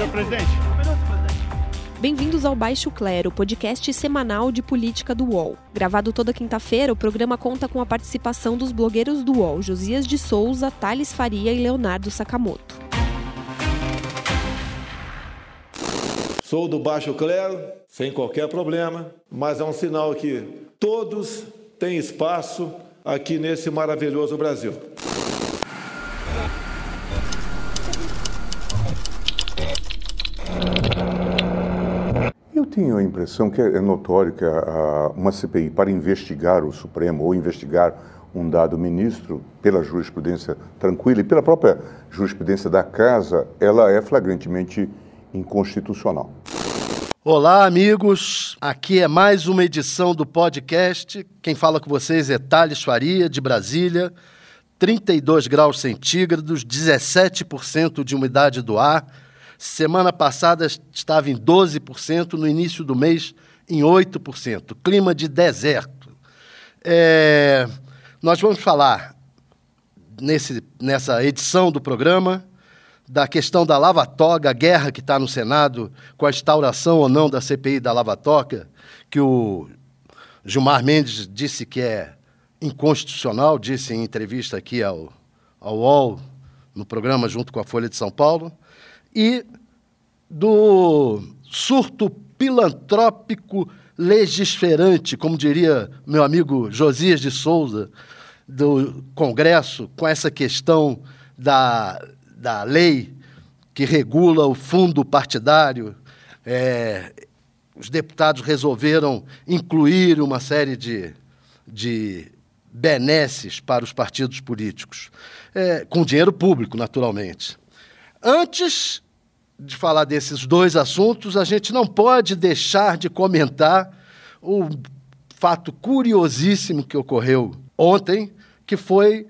Senhor presidente. Bem-vindos ao Baixo Clero, podcast semanal de política do UOL. Gravado toda quinta-feira, o programa conta com a participação dos blogueiros do UOL, Josias de Souza, Thales Faria e Leonardo Sakamoto. Sou do Baixo Clero, sem qualquer problema, mas é um sinal que todos têm espaço aqui nesse maravilhoso Brasil. Eu tenho a impressão que é notório que uma CPI para investigar o Supremo ou investigar um dado ministro, pela jurisprudência tranquila e pela própria jurisprudência da Casa, ela é flagrantemente inconstitucional. Olá, amigos. Aqui é mais uma edição do podcast. Quem fala com vocês é Thales Faria, de Brasília. 32 graus centígrados, 17% de umidade do ar. Semana passada estava em 12%, no início do mês em 8%. Clima de deserto. Nós vamos falar, nessa edição do programa, da questão da Lava Toga, a guerra que está no Senado com a instauração ou não da CPI da Lava Toga, que o Gilmar Mendes disse que é inconstitucional, disse em entrevista aqui ao UOL, no programa junto com a Folha de São Paulo, e do surto pilantrópico legisferante, como diria meu amigo Josias de Souza, do Congresso, com essa questão da lei que regula o fundo partidário. Os deputados resolveram incluir uma série de benesses para os partidos políticos, com dinheiro público, naturalmente. Antes de falar desses dois assuntos, a gente não pode deixar de comentar o fato curiosíssimo que ocorreu ontem, que foi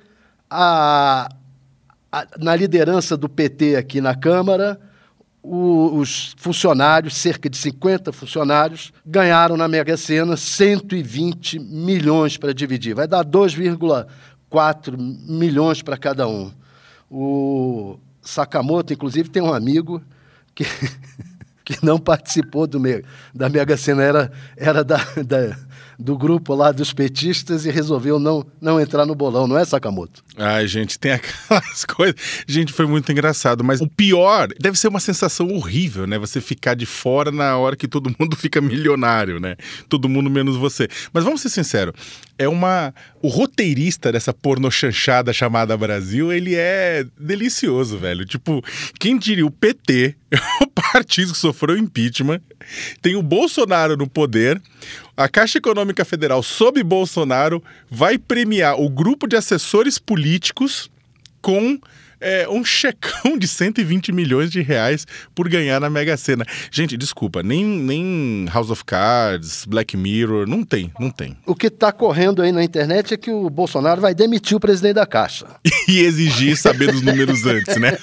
na liderança do PT aqui na Câmara, os funcionários, cerca de 50 funcionários, ganharam na Mega Sena 120 milhões para dividir. Vai dar 2,4 milhões para cada um. O Sakamoto, inclusive, tem um amigo que não participou da Mega Sena, era do grupo lá dos petistas e resolveu não entrar no bolão, não é, Sakamoto? Ai, gente, tem aquelas coisas... Gente, foi muito engraçado, mas o pior deve ser uma sensação horrível, né? Você ficar de fora na hora que todo mundo fica milionário, né? Todo mundo menos você. Mas vamos ser sinceros, o roteirista dessa pornochanchada chamada Brasil, ele é delicioso, velho. Tipo, quem diria o PT, o partido que sofreu impeachment, tem o Bolsonaro no poder, a Caixa Econômica Federal, sob Bolsonaro, vai premiar o grupo de assessores políticos com um checão de 120 milhões de reais por ganhar na Mega Sena. Gente, desculpa, nem House of Cards, Black Mirror, não tem. O que está correndo aí na internet é que o Bolsonaro vai demitir o presidente da Caixa. E exigir saber dos números antes, né?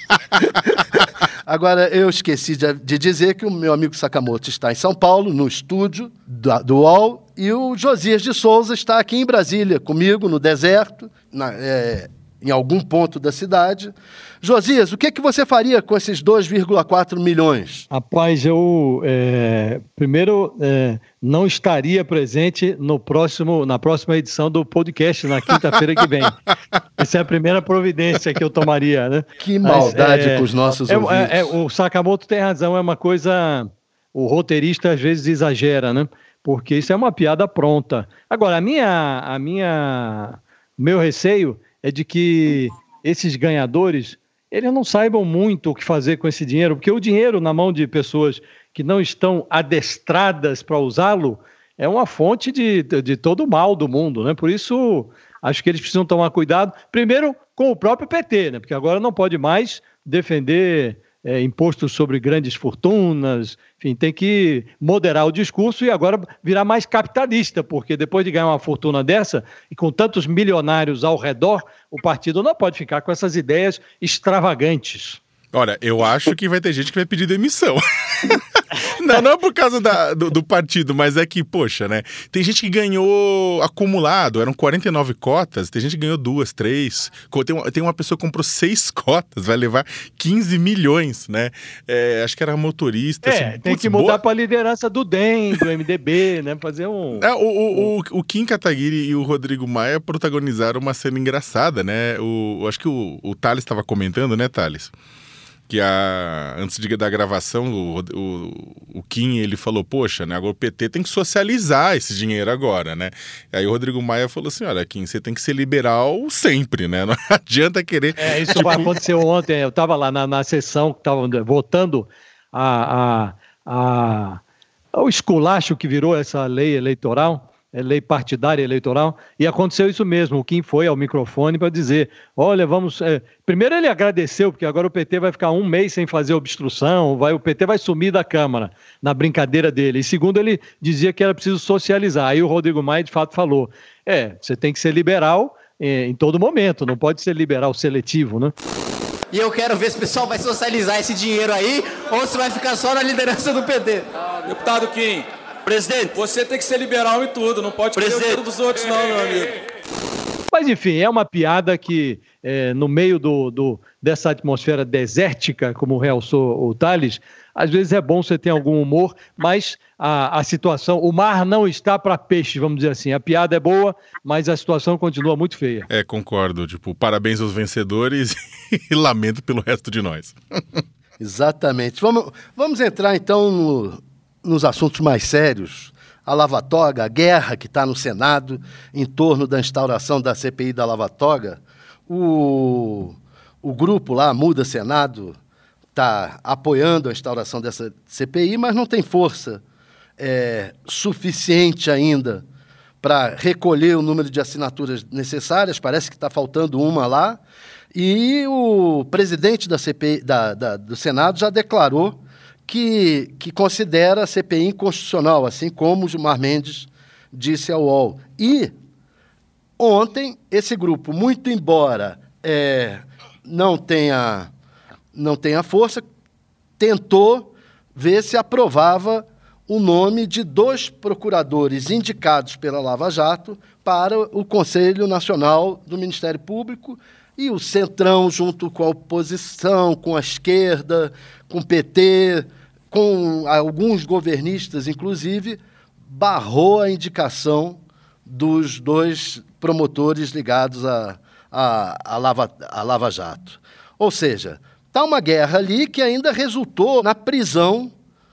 Agora, eu esqueci de dizer que o meu amigo Sakamoto está em São Paulo, no estúdio do UOL, e o Josias de Souza está aqui em Brasília, comigo, no deserto, em algum ponto da cidade. Josias, o que você faria com esses 2,4 milhões? Rapaz, eu primeiro não estaria presente na próxima edição do podcast, na quinta-feira que vem. Essa é a primeira providência que eu tomaria, né? Que maldade com os nossos ouvintes. O Sakamoto tem razão, é uma coisa... O roteirista às vezes exagera, né? Porque isso é uma piada pronta. Agora, meu receio é de que esses ganhadores, eles não saibam muito o que fazer com esse dinheiro, porque o dinheiro na mão de pessoas que não estão adestradas para usá-lo é uma fonte de todo o mal do mundo, né? Por isso, acho que eles precisam tomar cuidado, primeiro com o próprio PT, né? Porque agora não pode mais defender impostos sobre grandes fortunas, enfim, tem que moderar o discurso e agora virar mais capitalista, porque depois de ganhar uma fortuna dessa, e com tantos milionários ao redor, o partido não pode ficar com essas ideias extravagantes. Olha, eu acho que vai ter gente que vai pedir demissão. Não é por causa do partido, mas é que, poxa, né? Tem gente que ganhou acumulado, eram 49 cotas, tem gente que ganhou 2, 3. Tem uma pessoa que comprou 6 cotas, vai levar 15 milhões, né? Acho que era motorista. Assim, tem que mudar para a liderança do DEM, do MDB, né? Fazer um... O Kim Kataguiri e o Rodrigo Maia protagonizaram uma cena engraçada, né? Acho que o Thales estava comentando, né, Thales? Que antes da gravação, o Kim, ele falou, poxa, né, agora o PT tem que socializar esse dinheiro agora, né? Aí o Rodrigo Maia falou assim, olha, Kim, você tem que ser liberal sempre, né? Não adianta querer... Isso aconteceu ontem, eu estava lá na sessão que estavam votando o esculacho que virou essa lei eleitoral, lei partidária eleitoral, e aconteceu isso mesmo. O Kim foi ao microfone para dizer, olha, vamos... Primeiro ele agradeceu, porque agora o PT vai ficar 1 mês sem fazer obstrução, o PT vai sumir da Câmara, na brincadeira dele. E segundo, ele dizia que era preciso socializar. Aí o Rodrigo Maia, de fato, falou, você tem que ser liberal em todo momento, não pode ser liberal seletivo, né? E eu quero ver se o pessoal vai socializar esse dinheiro aí, ou se vai ficar só na liderança do PT. Deputado Kim, presidente, você tem que ser liberal em tudo, não pode querer o dinheiro dos outros não, meu amigo. Mas enfim, é uma piada que no meio dessa atmosfera desértica, como realçou o Thales, às vezes é bom você ter algum humor, mas a situação, o mar não está para peixe, vamos dizer assim. A piada é boa, mas a situação continua muito feia. Concordo. Parabéns aos vencedores e lamento pelo resto de nós. Exatamente. Vamos entrar então nos assuntos mais sérios. A Lava Toga, a guerra que está no Senado em torno da instauração da CPI da Lava Toga. O grupo lá, Muda Senado, está apoiando a instauração dessa CPI, mas não tem força suficiente ainda para recolher o número de assinaturas necessárias. Parece que está faltando uma lá. E o presidente da CPI, do Senado já declarou que considera a CPI inconstitucional, assim como o Gilmar Mendes disse ao UOL. E ontem, esse grupo, muito embora não tenha força, tentou ver se aprovava o nome de 2 procuradores indicados pela Lava Jato para o Conselho Nacional do Ministério Público, e o Centrão, junto com a oposição, com a esquerda, com o PT, com alguns governistas, inclusive, barrou a indicação dos 2 promotores ligados à Lava Jato. Ou seja, está uma guerra ali que ainda resultou na prisão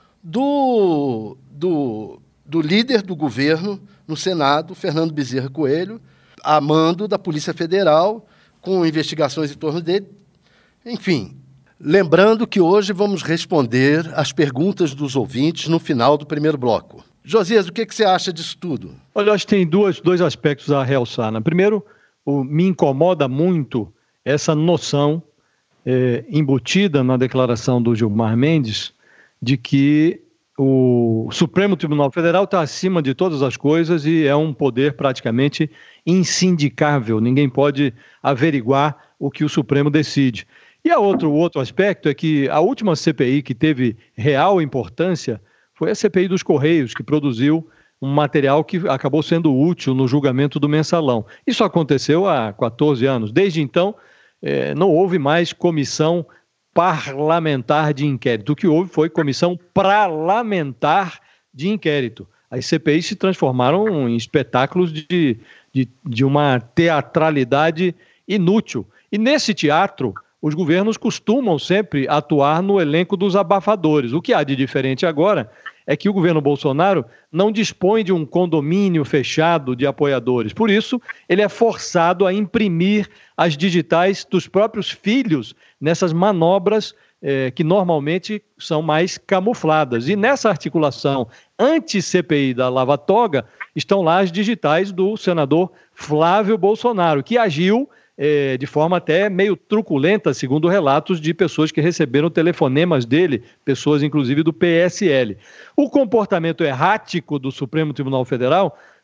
do líder do governo no Senado, Fernando Bezerra Coelho, a mando da Polícia Federal, com investigações em torno dele. Enfim, lembrando que hoje vamos responder as perguntas dos ouvintes no final do primeiro bloco. Josias, o que você acha disso tudo? Olha, eu acho que tem dois aspectos a realçar. Né? Primeiro, me incomoda muito essa noção embutida na declaração do Gilmar Mendes de que o Supremo Tribunal Federal está acima de todas as coisas e é um poder praticamente insindicável. Ninguém pode averiguar o que o Supremo decide. E o outro aspecto é que a última CPI que teve real importância foi a CPI dos Correios, que produziu um material que acabou sendo útil no julgamento do Mensalão. Isso aconteceu há 14 anos. Desde então, não houve mais comissão parlamentar de inquérito. O que houve foi comissão parlamentar de inquérito. As CPIs se transformaram em espetáculos de uma teatralidade inútil. E nesse teatro, os governos costumam sempre atuar no elenco dos abafadores. O que há de diferente agora é que o governo Bolsonaro não dispõe de um condomínio fechado de apoiadores. Por isso, ele é forçado a imprimir as digitais dos próprios filhos nessas manobras que normalmente são mais camufladas. E nessa articulação anti-CPI da Lava Toga estão lá as digitais do senador Flávio Bolsonaro, que agiu de forma até meio truculenta, segundo relatos de pessoas que receberam telefonemas dele, pessoas inclusive do PSL. O comportamento errático do Supremo Tribunal Federal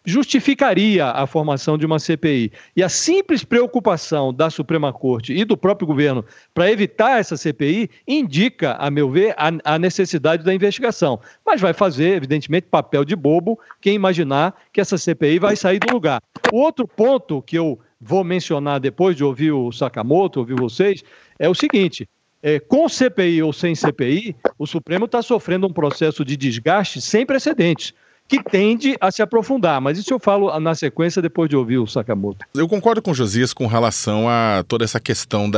justificaria a formação de uma CPI. E a simples preocupação da Suprema Corte e do próprio governo para evitar essa CPI indica, a meu ver, a necessidade da investigação. Mas vai fazer, evidentemente, papel de bobo quem imaginar que essa CPI vai sair do lugar. O outro ponto que eu vou mencionar depois de ouvir o Sakamoto, ouvir vocês, é o seguinte: com CPI ou sem CPI, o Supremo está sofrendo um processo de desgaste sem precedentes, que tende a se aprofundar, mas isso eu falo na sequência depois de ouvir o Sakamoto. Eu concordo com o Josias com relação a toda essa questão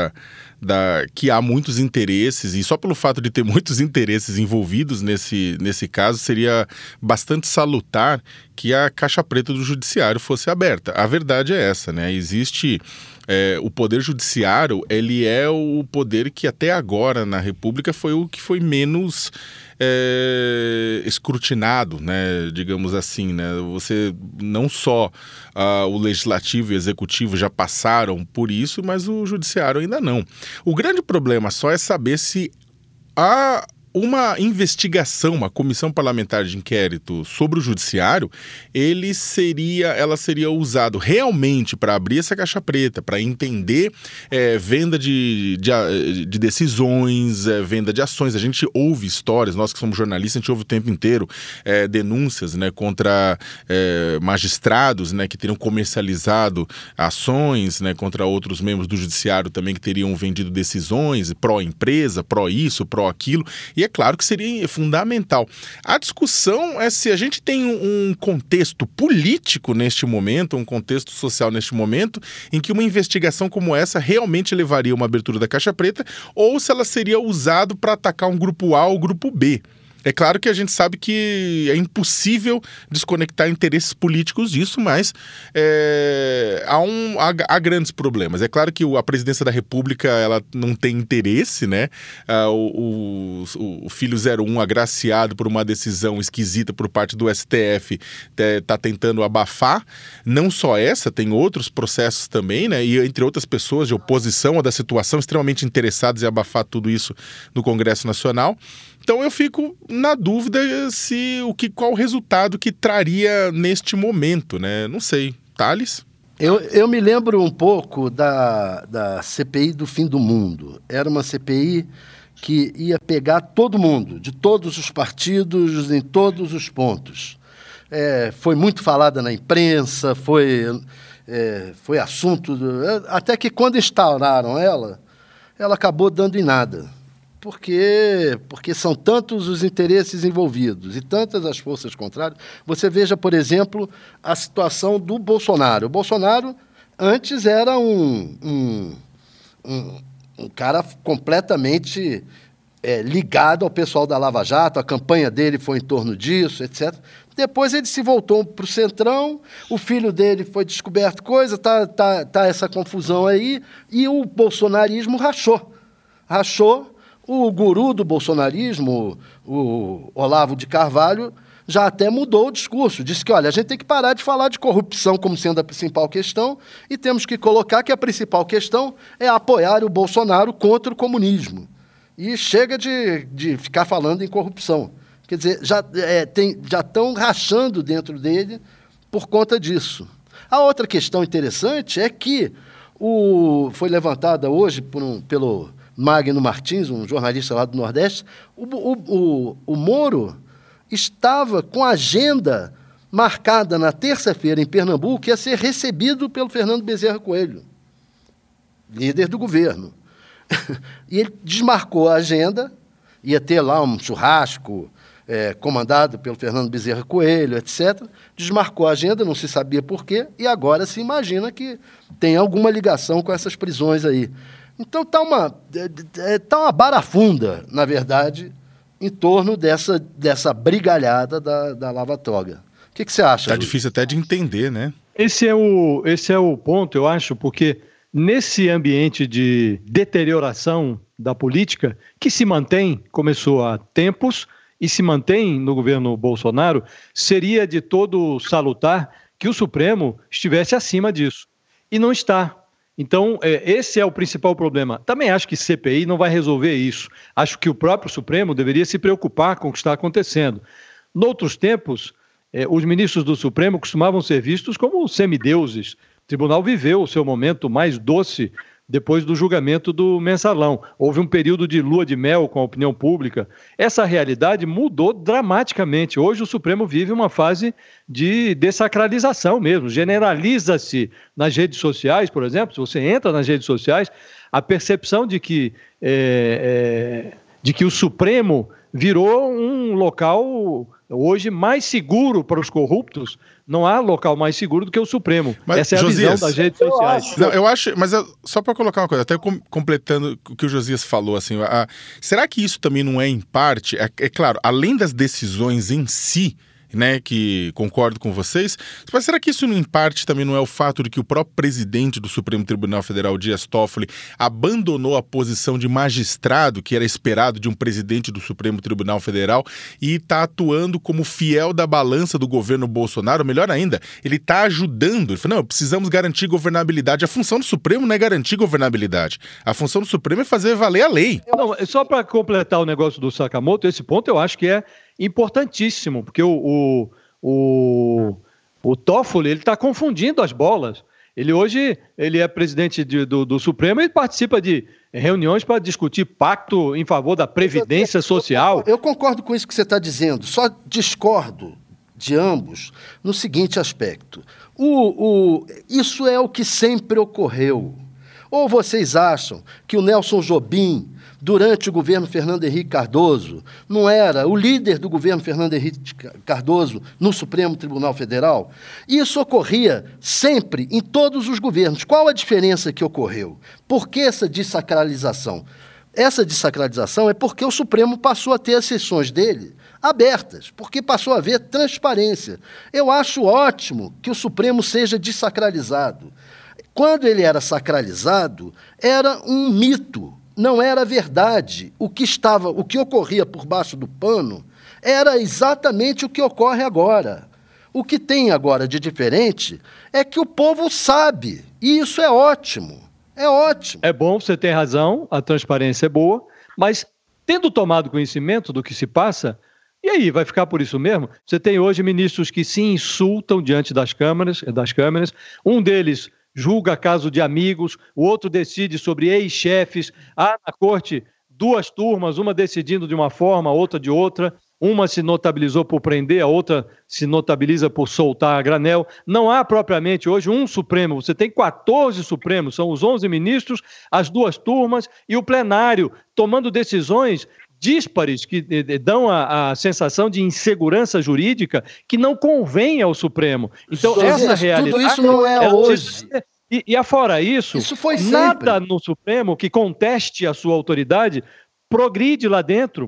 que há muitos interesses, e só pelo fato de ter muitos interesses envolvidos nesse caso, seria bastante salutar que a caixa preta do judiciário fosse aberta. A verdade é essa, né? Existe... o poder judiciário, ele é o poder que até agora na República foi o que foi menos escrutinado, né, digamos assim, né? Você não só o legislativo e o executivo já passaram por isso, mas o judiciário ainda não. O grande problema só é saber se há uma investigação, uma comissão parlamentar de inquérito sobre o judiciário, ela seria usado realmente para abrir essa caixa preta, para entender venda de decisões, venda de ações. A gente ouve histórias, nós que somos jornalistas, a gente ouve o tempo inteiro denúncias, né, contra magistrados, né, que teriam comercializado ações, né, contra outros membros do judiciário também que teriam vendido decisões, pró-empresa, pró-isso, pró-aquilo. E é claro que seria fundamental. A discussão é se a gente tem um contexto político neste momento, um contexto social neste momento, em que uma investigação como essa realmente levaria a uma abertura da caixa preta, ou se ela seria usada para atacar um grupo A ou grupo B. É claro que a gente sabe que é impossível desconectar interesses políticos disso, mas há grandes problemas. É claro que a presidência da República ela não tem interesse, né? O filho 01, agraciado por uma decisão esquisita por parte do STF, está tentando abafar. Não só essa, tem outros processos também, né? E entre outras pessoas de oposição ou da situação extremamente interessadas em abafar tudo isso no Congresso Nacional. Então eu fico na dúvida qual o resultado que traria neste momento, né? Não sei. Thales? Eu me lembro um pouco da CPI do fim do mundo. Era uma CPI que ia pegar todo mundo, de todos os partidos, em todos os pontos. Foi muito falada na imprensa, foi assunto... até que quando instauraram ela acabou dando em nada. Porque são tantos os interesses envolvidos e tantas as forças contrárias. Você veja, por exemplo, a situação do Bolsonaro. O Bolsonaro antes era um cara completamente ligado ao pessoal da Lava Jato, a campanha dele foi em torno disso, etc. Depois ele se voltou para o Centrão, o filho dele foi descoberto coisa, tá essa confusão aí, e o bolsonarismo rachou. O guru do bolsonarismo, o Olavo de Carvalho, já até mudou o discurso. Disse que, olha, a gente tem que parar de falar de corrupção como sendo a principal questão e temos que colocar que a principal questão é apoiar o Bolsonaro contra o comunismo. E chega de ficar falando em corrupção. Quer dizer, já estão rachando dentro dele por conta disso. A outra questão interessante é que foi levantada hoje pelo Magno Martins, um jornalista lá do Nordeste, o Moro estava com a agenda marcada na terça-feira em Pernambuco, que ia ser recebido pelo Fernando Bezerra Coelho, líder do governo. E ele desmarcou a agenda, ia ter lá um churrasco comandado pelo Fernando Bezerra Coelho, etc. Desmarcou a agenda, não se sabia por quê, e agora se imagina que tem alguma ligação com essas prisões aí. Então está uma barafunda, na verdade, em torno dessa brigalhada da Lava Toga. O que você acha? Está difícil até de entender, né? Esse é o ponto, eu acho, porque nesse ambiente de deterioração da política, que se mantém, começou há tempos, e se mantém no governo Bolsonaro, seria de todo salutar que o Supremo estivesse acima disso. E não está. Então, esse é o principal problema. Também acho que CPI não vai resolver isso. Acho que o próprio Supremo deveria se preocupar com o que está acontecendo. Noutros tempos, os ministros do Supremo costumavam ser vistos como semideuses. O tribunal viveu o seu momento mais doce depois do julgamento do Mensalão. Houve um período de lua de mel com a opinião pública. Essa realidade mudou dramaticamente. Hoje o Supremo vive uma fase de dessacralização mesmo. Generaliza-se nas redes sociais, por exemplo, se você entra nas redes sociais, a percepção de que o Supremo virou um local hoje mais seguro para os corruptos. Não há local mais seguro do que o Supremo. Mas, essa é a Josias, visão das redes sociais. Não, eu acho, mas só para colocar uma coisa, até completando o que o Josias falou, assim, será que isso também não é em parte, é claro, além das decisões em si, né, que concordo com vocês, mas será que isso em parte também não é o fato de que o próprio presidente do Supremo Tribunal Federal, Dias Toffoli, abandonou a posição de magistrado que era esperado de um presidente do Supremo Tribunal Federal e está atuando como fiel da balança do governo Bolsonaro? Melhor ainda, ele está ajudando, ele falou, não, precisamos garantir governabilidade. A função do Supremo não é garantir governabilidade, a função do Supremo é fazer valer a lei. Não, só para completar o negócio do Sakamoto, esse ponto eu acho que é importantíssimo, porque o Toffoli está confundindo as bolas. Hoje ele é presidente do Supremo e participa de reuniões para discutir pacto em favor da Previdência Social. Eu concordo com isso que você está dizendo, só discordo de ambos no seguinte aspecto. Isso é o que sempre ocorreu. Ou vocês acham que o Nelson Jobim, durante o governo Fernando Henrique Cardoso, não era o líder do governo Fernando Henrique Cardoso no Supremo Tribunal Federal? Isso ocorria sempre, em todos os governos. Qual a diferença que ocorreu? Por que essa dessacralização? Essa dessacralização é porque o Supremo passou a ter as sessões dele abertas, porque passou a haver transparência. Eu acho ótimo que o Supremo seja dessacralizado. Quando ele era sacralizado, era um mito, não era verdade. O que ocorria por baixo do pano era exatamente o que ocorre agora. O que tem agora de diferente é que o povo sabe, e isso é ótimo. É ótimo. É bom, você tem razão, a transparência é boa, mas tendo tomado conhecimento do que se passa, e aí, vai ficar por isso mesmo? Você tem hoje ministros que se insultam diante das câmeras, um deles julga caso de amigos, o outro decide sobre ex-chefes. Há na corte duas turmas, uma decidindo de uma forma, outra de outra. Uma se notabilizou por prender, a outra se notabiliza por soltar a granel. Não há propriamente hoje um Supremo. Você tem 14 Supremos, são os 11 ministros, as duas turmas e o plenário, tomando decisões díspares que dão a sensação de insegurança jurídica que não convém ao Supremo. Então, essa realidade... Tudo isso não é hoje. E afora isso foi nada no Supremo que conteste a sua autoridade progride lá dentro.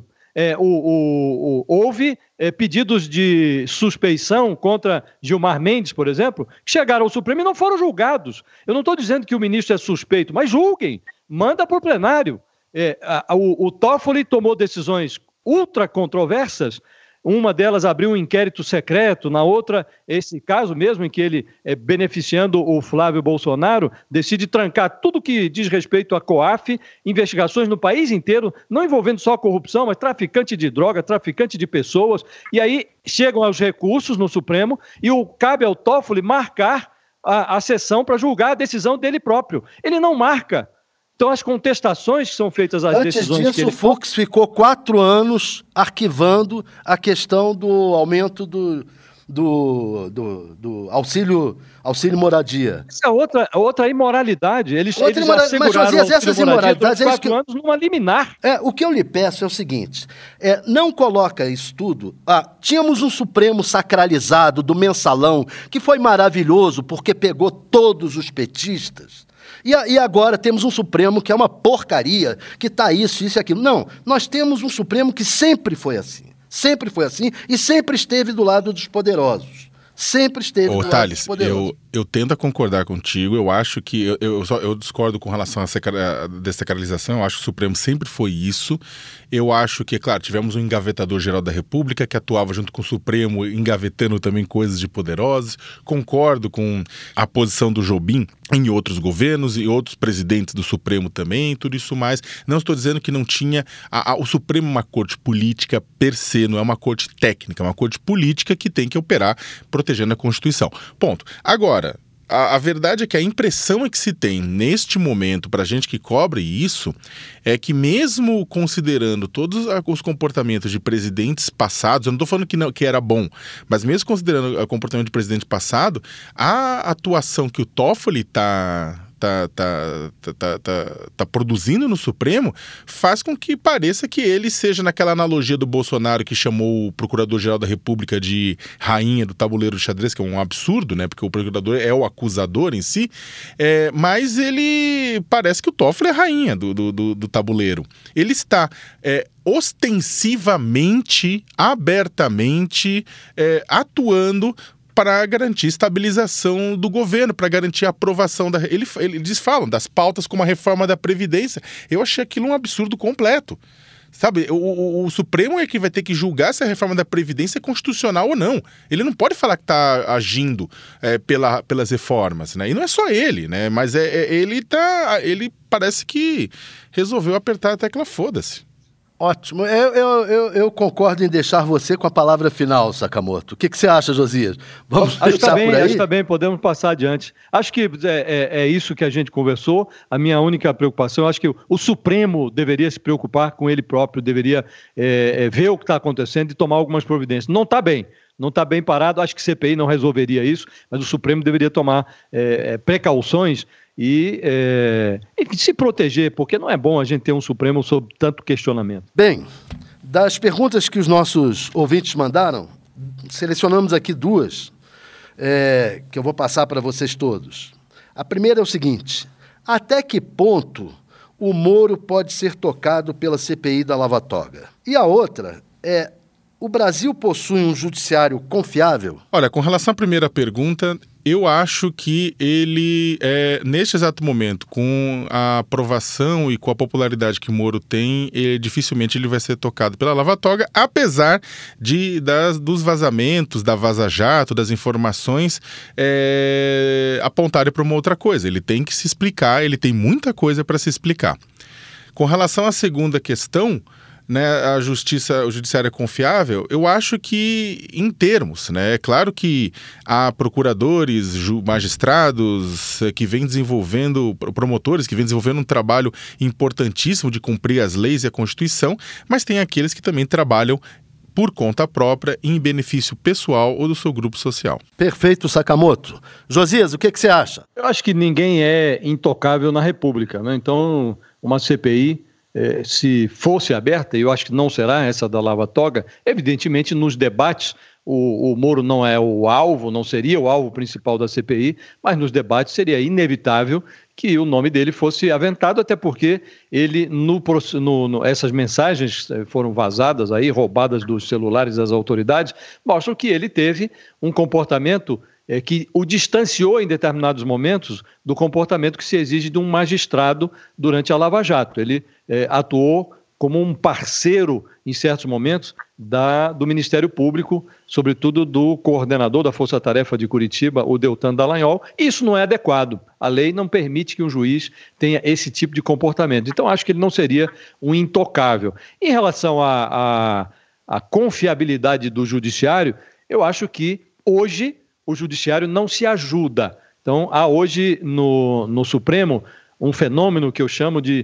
Houve pedidos de suspeição contra Gilmar Mendes, por exemplo, que chegaram ao Supremo e não foram julgados. Eu não estou dizendo que o ministro é suspeito, mas julguem, manda para o plenário. O Toffoli tomou decisões ultra controversas, uma delas abriu um inquérito secreto, na outra, esse caso mesmo em que ele, beneficiando o Flávio Bolsonaro, decide trancar tudo que diz respeito à COAF, investigações no país inteiro, não envolvendo só corrupção, mas traficante de droga, traficante de pessoas, e aí chegam aos recursos no Supremo e cabe ao Toffoli marcar a sessão para julgar a decisão dele próprio. Ele não marca. Então, as contestações que são feitas às decisões... Antes disso, o Fux ficou 4 anos arquivando a questão do aumento do auxílio moradia. Essa é outra imoralidade. Eles já seguraram mas, Josias, essas imoralidades... 4 anos numa liminar. O que eu lhe peço é o seguinte, não coloca isso tudo... tínhamos um Supremo sacralizado do Mensalão, que foi maravilhoso porque pegou todos os petistas... E agora temos um Supremo que é uma porcaria, que está isso e aquilo. Não, nós temos um Supremo que sempre foi assim e sempre esteve do lado dos poderosos. Sempre esteve do lado dos poderosos. Eu tendo a concordar contigo. Eu acho que eu discordo com relação à desacralização. Eu acho que o Supremo sempre foi isso. Eu acho que, claro, tivemos um engavetador-geral da República que atuava junto com o Supremo, engavetando também coisas de poderosos. Concordo com a posição do Jobim em outros governos e outros presidentes do Supremo também, tudo isso mais. Não estou dizendo que não tinha... o Supremo é uma corte política per se, não é uma corte técnica, é uma corte política que tem que operar protegendo a Constituição. Ponto. Agora, a verdade é que a impressão que se tem neste momento para a gente que cobre isso é que, mesmo considerando todos os comportamentos de presidentes passados, eu não estou falando que era bom, mas mesmo considerando o comportamento de presidente passado, a atuação que o Toffoli está produzindo no Supremo faz com que pareça que ele seja naquela analogia do Bolsonaro que chamou o Procurador-Geral da República de rainha do tabuleiro de xadrez, que é um absurdo, né? Porque o procurador é o acusador em si, mas ele parece que o Toffoli é rainha do tabuleiro. Ele está ostensivamente, abertamente atuando para garantir estabilização do governo, para garantir a aprovação da... Eles falam das pautas como a reforma da Previdência. Eu achei aquilo um absurdo completo. Sabe, o Supremo é que vai ter que julgar se a reforma da Previdência é constitucional ou não. Ele não pode falar que está agindo pelas reformas, né? E não é só ele, né? Mas ele parece que resolveu apertar a tecla foda-se. Ótimo. Eu concordo em deixar você com a palavra final, Sakamoto. O que você acha, Josias? Vamos deixar por aí? Acho que está bem, podemos passar adiante. Acho que é isso que a gente conversou. A minha única preocupação, acho que o Supremo deveria se preocupar com ele próprio, deveria ver o que está acontecendo e tomar algumas providências. Não está bem. Não está bem parado, acho que CPI não resolveria isso, mas o Supremo deveria tomar precauções e se proteger, porque não é bom a gente ter um Supremo sob tanto questionamento. Bem, das perguntas que os nossos ouvintes mandaram, selecionamos aqui duas, que eu vou passar para vocês todos. A primeira é o seguinte: até que ponto o Moro pode ser tocado pela CPI da Lava Toga? E a outra é: o Brasil possui um judiciário confiável? Olha, com relação à primeira pergunta, eu acho que ele, neste exato momento, com a aprovação e com a popularidade que Moro tem, dificilmente ele vai ser tocado pela Lava Toga, apesar dos vazamentos, da Vaza Jato, das informações apontarem para uma outra coisa. Ele tem que se explicar, ele tem muita coisa para se explicar. Com relação à segunda questão, né, o judiciário é confiável, eu acho que em termos, né, é claro que há procuradores, magistrados que vêm desenvolvendo, promotores que vêm desenvolvendo um trabalho importantíssimo de cumprir as leis e a Constituição, mas tem aqueles que também trabalham por conta própria, em benefício pessoal ou do seu grupo social. Perfeito, Sakamoto. Josias, o que você acha? Eu acho que ninguém é intocável na República, né? Então, uma CPI, se fosse aberta, e eu acho que não será essa da Lava Toga, evidentemente nos debates o Moro não é o alvo, não seria o alvo principal da CPI, mas nos debates seria inevitável que o nome dele fosse aventado, até porque ele, essas mensagens foram vazadas aí, roubadas dos celulares das autoridades, mostram que ele teve um comportamento que o distanciou em determinados momentos do comportamento que se exige de um magistrado durante a Lava Jato. Ele atuou como um parceiro, em certos momentos, do Ministério Público, sobretudo do coordenador da Força Tarefa de Curitiba, o Deltan Dallagnol. Isso não é adequado. A lei não permite que um juiz tenha esse tipo de comportamento. Então, acho que ele não seria um intocável. Em relação à confiabilidade do judiciário, eu acho que hoje o judiciário não se ajuda. Então, há hoje no Supremo um fenômeno que eu chamo de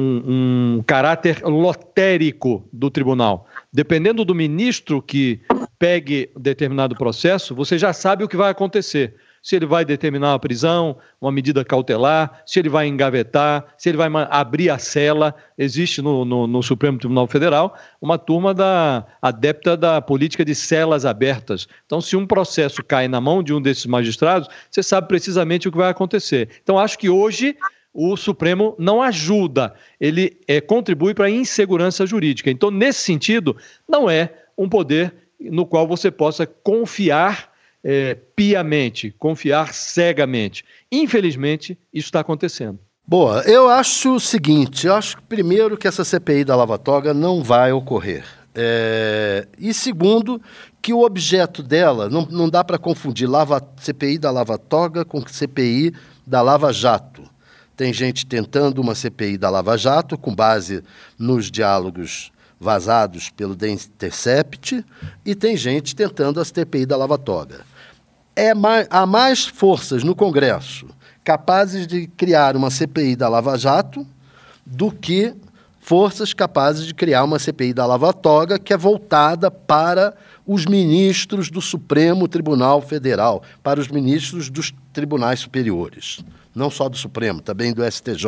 um caráter lotérico do tribunal. Dependendo do ministro que pegue determinado processo, você já sabe o que vai acontecer. Se ele vai determinar uma prisão, uma medida cautelar, se ele vai engavetar, se ele vai abrir a cela. Existe no Supremo Tribunal Federal uma turma adepta da política de celas abertas. Então, se um processo cai na mão de um desses magistrados, você sabe precisamente o que vai acontecer. Então, acho que hoje o Supremo não ajuda, ele contribui para a insegurança jurídica. Então, nesse sentido, não é um poder no qual você possa confiar piamente, confiar cegamente. Infelizmente, isso está acontecendo. Boa, eu acho o seguinte, eu acho primeiro que essa CPI da Lava Toga não vai ocorrer. E segundo, que o objeto dela, não dá para confundir CPI da Lava Toga com CPI da Lava Jato. Tem gente tentando uma CPI da Lava Jato com base nos diálogos vazados pelo The Intercept e tem gente tentando a CPI da Lava Toga. Há mais forças no Congresso capazes de criar uma CPI da Lava Jato do que forças capazes de criar uma CPI da Lava Toga que é voltada para os ministros do Supremo Tribunal Federal, para os ministros dos tribunais superiores, não só do Supremo, também do STJ.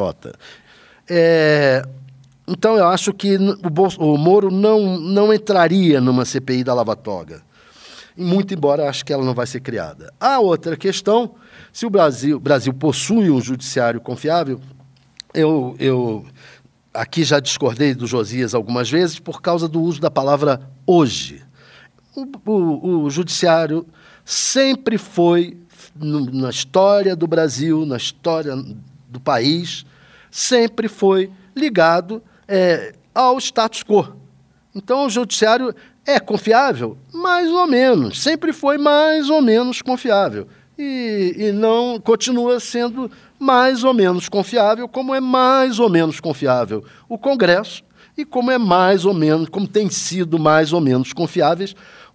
Então, eu acho que o Moro não entraria numa CPI da Lava Toga, muito embora acho que ela não vai ser criada. A outra questão, se o Brasil possui um judiciário confiável, eu aqui já discordei do Josias algumas vezes por causa do uso da palavra hoje. O judiciário sempre foi, na história do Brasil, na história do país, sempre foi ligado ao status quo. Então, o judiciário é confiável? Mais ou menos. Sempre foi mais ou menos confiável. E não continua sendo mais ou menos confiável, como é mais ou menos confiável o Congresso e como tem sido mais ou menos confiáveis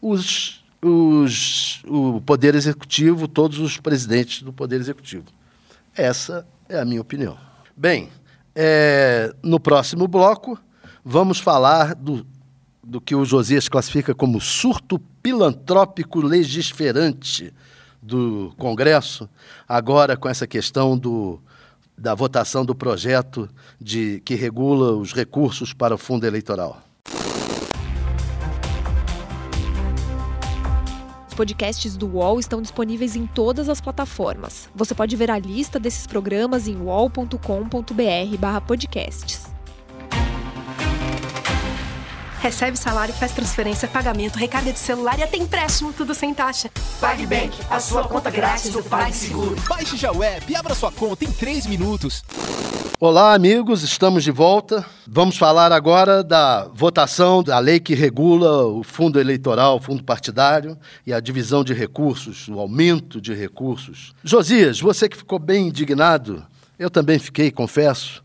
o Poder Executivo, todos os presidentes do Poder Executivo. Essa é a minha opinião. Bem, no próximo bloco, vamos falar do que o Josias classifica como surto pilantrópico legisferante do Congresso, agora com essa questão da votação do projeto que regula os recursos para o fundo eleitoral. Os podcasts do UOL estão disponíveis em todas as plataformas. Você pode ver a lista desses programas em uol.com.br/podcasts. Recebe salário, faz transferência, pagamento, recarga de celular e até empréstimo, tudo sem taxa. PagBank, a sua conta grátis do PagSeguro. Baixe já o app e abra sua conta em 3 minutos. Olá, amigos, estamos de volta. Vamos falar agora da votação da lei que regula o fundo eleitoral, o fundo partidário e a divisão de recursos, o aumento de recursos. Josias, você que ficou bem indignado, eu também fiquei, confesso.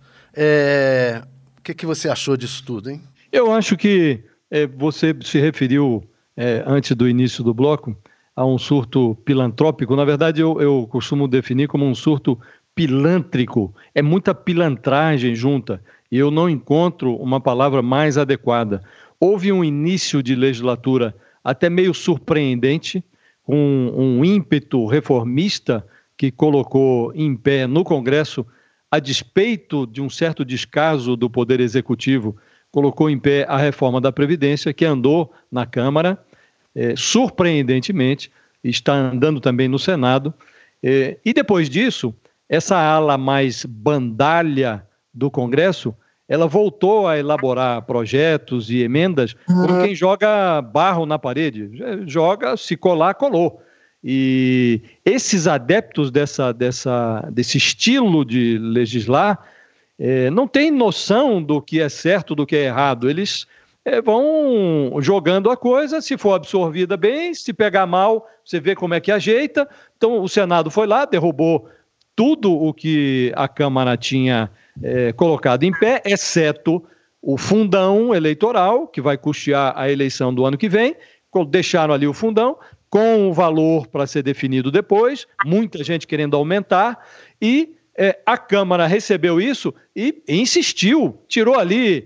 O que você achou disso tudo, hein? Eu acho que você se referiu, antes do início do bloco, a um surto pilantrópico. Na verdade, eu costumo definir como um surto pilântrico. É muita pilantragem junta, e eu não encontro uma palavra mais adequada. Houve um início de legislatura até meio surpreendente, com um ímpeto reformista que colocou em pé no Congresso, a despeito de um certo descaso do Poder Executivo, colocou em pé a reforma da Previdência, que andou na Câmara, surpreendentemente, está andando também no Senado. E depois disso, essa ala mais bandalha do Congresso, ela voltou a elaborar projetos e emendas como quem joga barro na parede. Joga, se colar, colou. E esses adeptos desse estilo de legislar não têm noção do que é certo, do que é errado. Eles vão jogando a coisa, se for absorvida bem, se pegar mal, você vê como é que ajeita. Então, o Senado foi lá, derrubou tudo o que a Câmara tinha colocado em pé, exceto o fundão eleitoral, que vai custear a eleição do ano que vem. Deixaram ali o fundão, com o valor para ser definido depois, muita gente querendo aumentar, e a Câmara recebeu isso e insistiu, tirou ali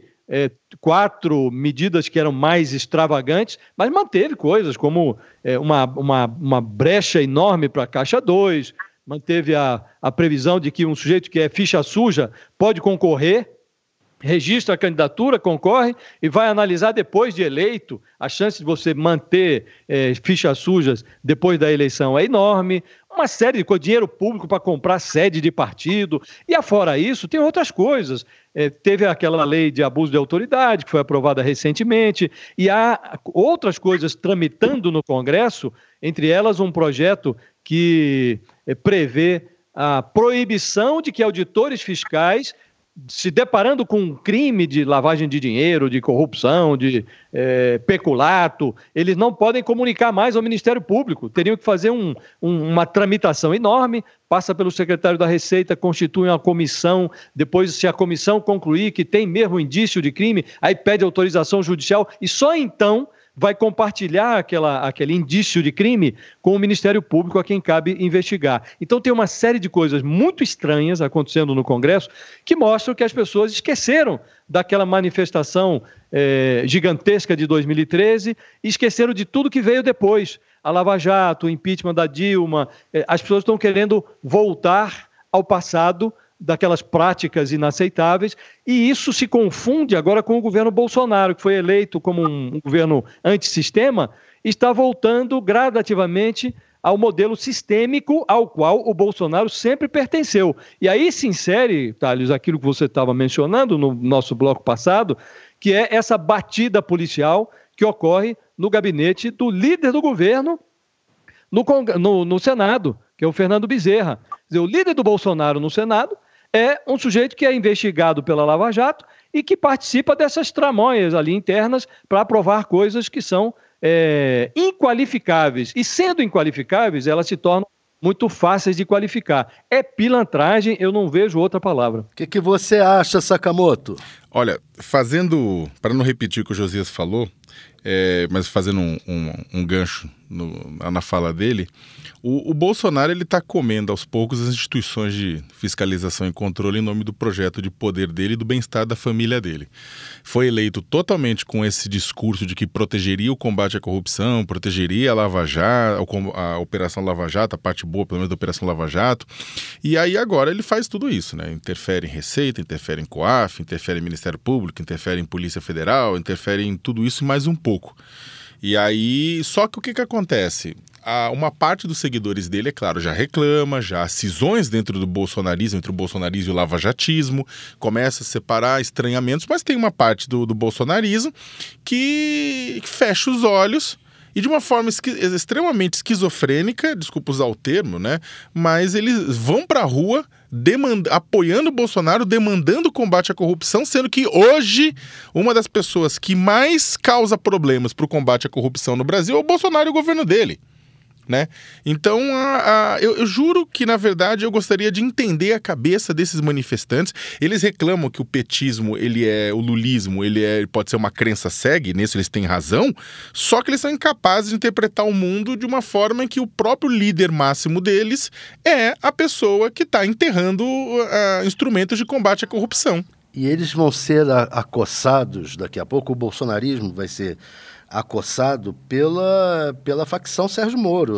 4 medidas que eram mais extravagantes, mas manteve coisas como uma brecha enorme para a Caixa 2, manteve a previsão de que um sujeito que é ficha suja pode concorrer registra a candidatura, concorre e vai analisar depois de eleito. A chance de você manter fichas sujas depois da eleição é enorme. Uma série de coisas, dinheiro público para comprar sede de partido. E afora isso, tem outras coisas. Teve aquela lei de abuso de autoridade, que foi aprovada recentemente, e há outras coisas tramitando no Congresso, entre elas um projeto que prevê a proibição de que auditores fiscais, se deparando com um crime de lavagem de dinheiro, de corrupção, de peculato, eles não podem comunicar mais ao Ministério Público. Teriam que fazer uma tramitação enorme, passa pelo secretário da Receita, constitui uma comissão, depois, se a comissão concluir que tem mesmo indício de crime, aí pede autorização judicial e só então vai compartilhar aquele indício de crime com o Ministério Público a quem cabe investigar. Então tem uma série de coisas muito estranhas acontecendo no Congresso que mostram que as pessoas esqueceram daquela manifestação gigantesca de 2013 e esqueceram de tudo que veio depois. A Lava Jato, o impeachment da Dilma, as pessoas estão querendo voltar ao passado daquelas práticas inaceitáveis, e isso se confunde agora com o governo Bolsonaro, que foi eleito como um governo antissistema, está voltando gradativamente ao modelo sistêmico ao qual o Bolsonaro sempre pertenceu. E aí se insere, Thales, aquilo que você estava mencionando no nosso bloco passado, que é essa batida policial que ocorre no gabinete do líder do governo no Senado, que é o Fernando Bezerra. Quer dizer, o líder do Bolsonaro no Senado é um sujeito que é investigado pela Lava Jato e que participa dessas tramóias ali internas para aprovar coisas que são inqualificáveis. E sendo inqualificáveis, elas se tornam muito fáceis de qualificar. É pilantragem, eu não vejo outra palavra. O que você acha, Sakamoto? Olha, para não repetir o que o Josias falou, mas fazendo um gancho na fala dele, o Bolsonaro está comendo aos poucos as instituições de fiscalização e controle em nome do projeto de poder dele e do bem-estar da família dele. Foi eleito totalmente com esse discurso de que protegeria o combate à corrupção, protegeria a Lava Jato, a Operação Lava Jato, a parte boa, pelo menos, da Operação Lava Jato. E aí agora ele faz tudo isso, né? Interfere em Receita, interfere em COAF, interfere em Ministério Público, interfere em Polícia Federal, interfere em tudo isso e mais um pouco. E aí, só que o que acontece? Uma parte dos seguidores dele, é claro, já reclama, já há cisões dentro do bolsonarismo, entre o bolsonarismo e o lavajatismo, começa a separar estranhamentos, mas tem uma parte do bolsonarismo que fecha os olhos e de uma forma extremamente esquizofrênica, desculpa usar o termo, né? Mas eles vão para a rua apoiando o Bolsonaro, demandando o combate à corrupção, sendo que hoje uma das pessoas que mais causa problemas para o combate à corrupção no Brasil é o Bolsonaro e o governo dele. Né? Então, eu juro que, na verdade, eu gostaria de entender a cabeça desses manifestantes. Eles reclamam que o petismo, o lulismo, ele pode ser uma crença cega, e nisso eles têm razão, só que eles são incapazes de interpretar o mundo de uma forma em que o próprio líder máximo deles é a pessoa que está enterrando instrumentos de combate à corrupção. E eles vão ser acossados, daqui a pouco o bolsonarismo vai ser acossado pela facção Sérgio Moro.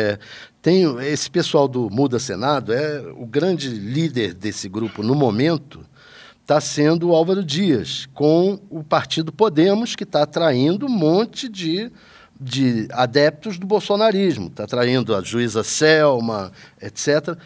Tem esse pessoal do Muda Senado, o grande líder desse grupo no momento está sendo o Álvaro Dias, com o partido Podemos, que está atraindo um monte de adeptos do bolsonarismo, está atraindo a juíza Selma, etc.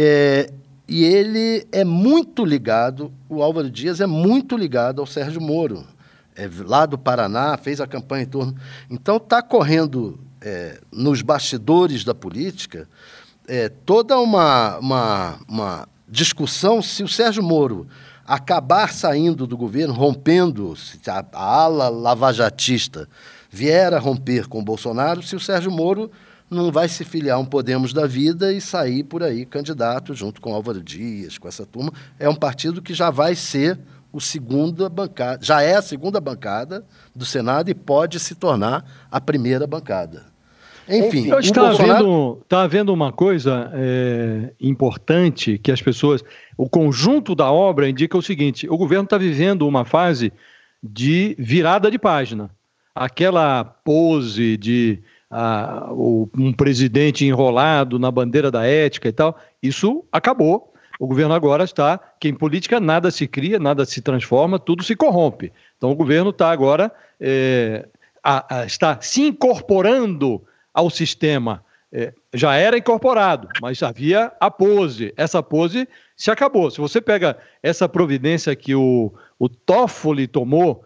E ele é muito ligado, o Álvaro Dias é muito ligado ao Sérgio Moro. Lá do Paraná, fez a campanha em torno. Então, está correndo nos bastidores da política toda uma discussão se o Sérgio Moro acabar saindo do governo, rompendo, se a ala lavajatista vier a romper com o Bolsonaro, se o Sérgio Moro não vai se filiar a um Podemos da vida e sair por aí candidato junto com Álvaro Dias, com essa turma. É um partido que já vai ser já é a segunda bancada do Senado e pode se tornar a primeira bancada. Enfim, está havendo uma coisa importante que as pessoas... O conjunto da obra indica o seguinte: o governo está vivendo uma fase de virada de página. Aquela pose de um presidente enrolado na bandeira da ética e tal, isso acabou. O governo agora está, que em política nada se cria, nada se transforma, tudo se corrompe. Então o governo está agora, está se incorporando ao sistema. Já era incorporado, mas havia a pose. Essa pose se acabou. Se você pega essa providência que o Toffoli tomou,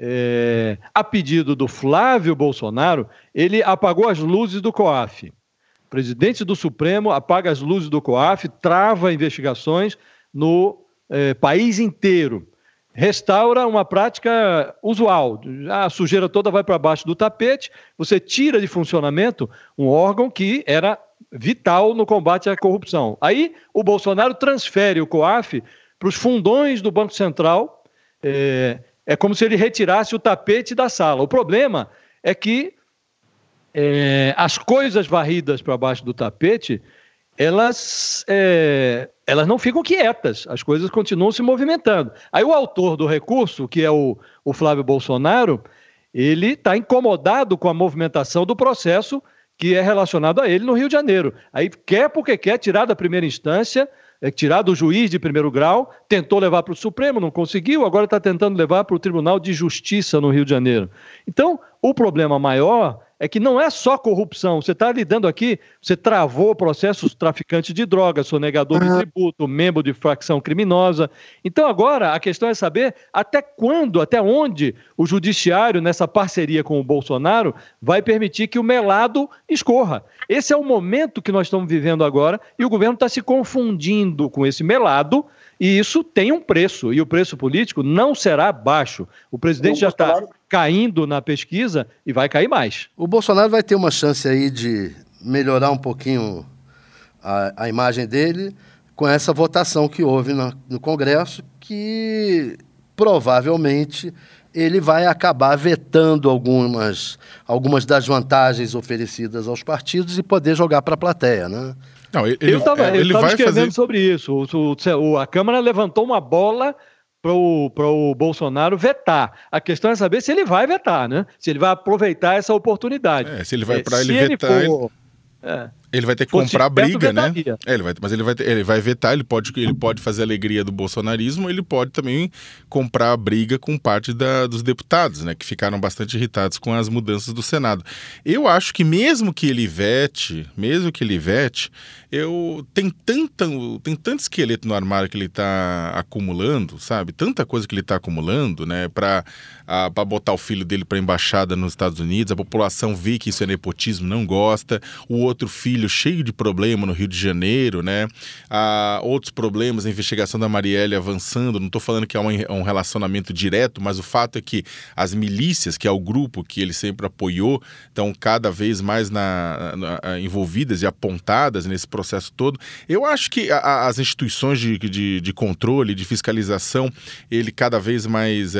a pedido do Flávio Bolsonaro, ele apagou as luzes do COAF. O presidente do Supremo apaga as luzes do COAF, trava investigações no país inteiro. Restaura uma prática usual. A sujeira toda vai para baixo do tapete, você tira de funcionamento um órgão que era vital no combate à corrupção. Aí o Bolsonaro transfere o COAF para os fundões do Banco Central, é como se ele retirasse o tapete da sala. O problema é que as coisas varridas para baixo do tapete, elas não ficam quietas, as coisas continuam se movimentando. Aí o autor do recurso, que é o Flávio Bolsonaro, ele está incomodado com a movimentação do processo que é relacionado a ele no Rio de Janeiro. Aí quer porque quer tirar da primeira instância, tirar do juiz de primeiro grau, tentou levar para o Supremo, não conseguiu, agora está tentando levar para o Tribunal de Justiça no Rio de Janeiro. Então, o problema maior é que não é só corrupção. Você está lidando aqui, você travou processos traficantes de drogas, sonegador de tributo, membro de facção criminosa. Então agora a questão é saber até quando, até onde o judiciário, nessa parceria com o Bolsonaro, vai permitir que o melado escorra. Esse é o momento que nós estamos vivendo agora e o governo está se confundindo com esse melado e isso tem um preço e o preço político não será baixo. O presidente já está caindo na pesquisa e vai cair mais. O Bolsonaro vai ter uma chance aí de melhorar um pouquinho a imagem dele com essa votação que houve no Congresso, que provavelmente ele vai acabar vetando algumas das vantagens oferecidas aos partidos e poder jogar para a plateia, né? Não, ele estava escrevendo sobre isso. A Câmara levantou uma bola para o Bolsonaro vetar. A questão é saber se ele vai vetar, né? Se ele vai aproveitar essa oportunidade. Se ele vai para ele vetar... Ele vai ter que comprar briga, né? Ele vai vetar, ele pode fazer a alegria do bolsonarismo, ele pode também comprar a briga com parte dos deputados, né? Que ficaram bastante irritados com as mudanças do Senado. Eu acho que mesmo que ele vete, tem tanto esqueleto no armário que ele está acumulando, sabe? Tanta coisa que ele está acumulando, né? Para botar o filho dele para a embaixada nos Estados Unidos, a população vê que isso é nepotismo, não gosta, o outro filho cheio de problema no Rio de Janeiro, né? Outros problemas, a investigação da Marielle avançando, não estou falando que é um relacionamento direto, mas o fato é que as milícias, que é o grupo que ele sempre apoiou, estão cada vez mais envolvidas e apontadas nesse processo todo. Eu acho que as instituições de controle, de fiscalização, ele cada vez mais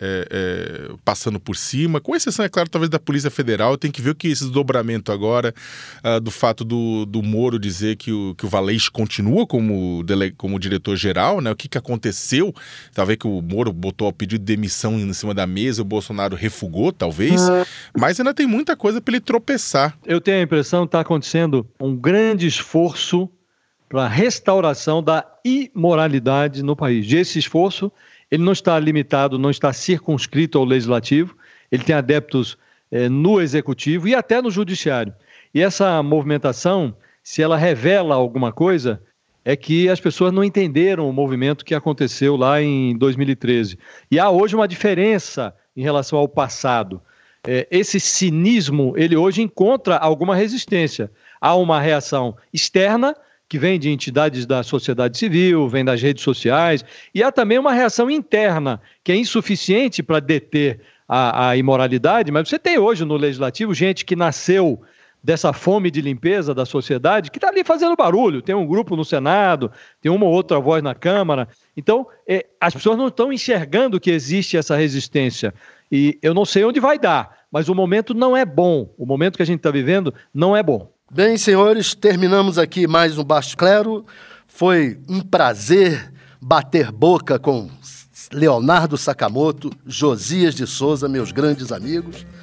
passando por cima, com exceção, é claro, talvez da Polícia Federal. Tem que ver o que esse desdobramento agora do fato do Moro dizer que o Valeixo continua como diretor-geral, né? O que aconteceu? Talvez que o Moro botou o pedido de demissão em cima da mesa, o Bolsonaro refugou, talvez, mas ainda tem muita coisa para ele tropeçar. Eu tenho a impressão que está acontecendo um grande esforço para a restauração da imoralidade no país. E esse esforço, ele não está limitado, não está circunscrito ao legislativo, ele tem adeptos no executivo e até no judiciário. E essa movimentação, se ela revela alguma coisa, é que as pessoas não entenderam o movimento que aconteceu lá em 2013. E há hoje uma diferença em relação ao passado. Esse cinismo, ele hoje encontra alguma resistência. Há uma reação externa, que vem de entidades da sociedade civil, vem das redes sociais, e há também uma reação interna, que é insuficiente para deter a imoralidade, mas você tem hoje no Legislativo gente que nasceu dessa fome de limpeza da sociedade, que está ali fazendo barulho, tem um grupo no Senado, tem uma ou outra voz na Câmara, então as pessoas não estão enxergando que existe essa resistência, e eu não sei onde vai dar, mas o momento não é bom, o momento que a gente está vivendo não é bom. Bem, senhores, terminamos aqui mais um Baixo Clero, foi um prazer bater boca com Leonardo Sakamoto, Josias de Souza, meus grandes amigos.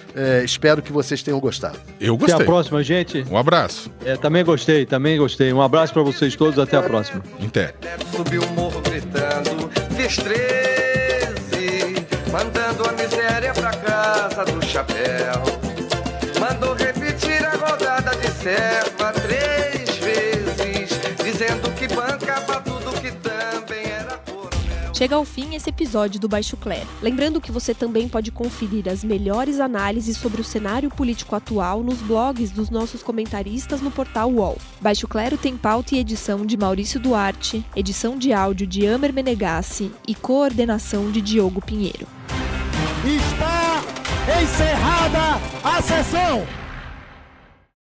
Espero que vocês tenham gostado. Eu gostei. Até a próxima, gente. Um abraço. Também gostei. Um abraço para vocês todos, até a próxima. Até. Subiu o morro gritando, fiz 13, mandando a miséria pra casa do chapéu. Mandou repetir a rodada de serva 3 vezes, dizendo que bancava tudo que também era coronel. Chega ao fim esse episódio do Baixo Clero. Lembrando que você também pode conferir as melhores análises sobre o cenário político atual nos blogs dos nossos comentaristas no portal UOL. Baixo Clero tem pauta e edição de Maurício Duarte, edição de áudio de Amer Menegassi e coordenação de Diogo Pinheiro. Está encerrada a sessão!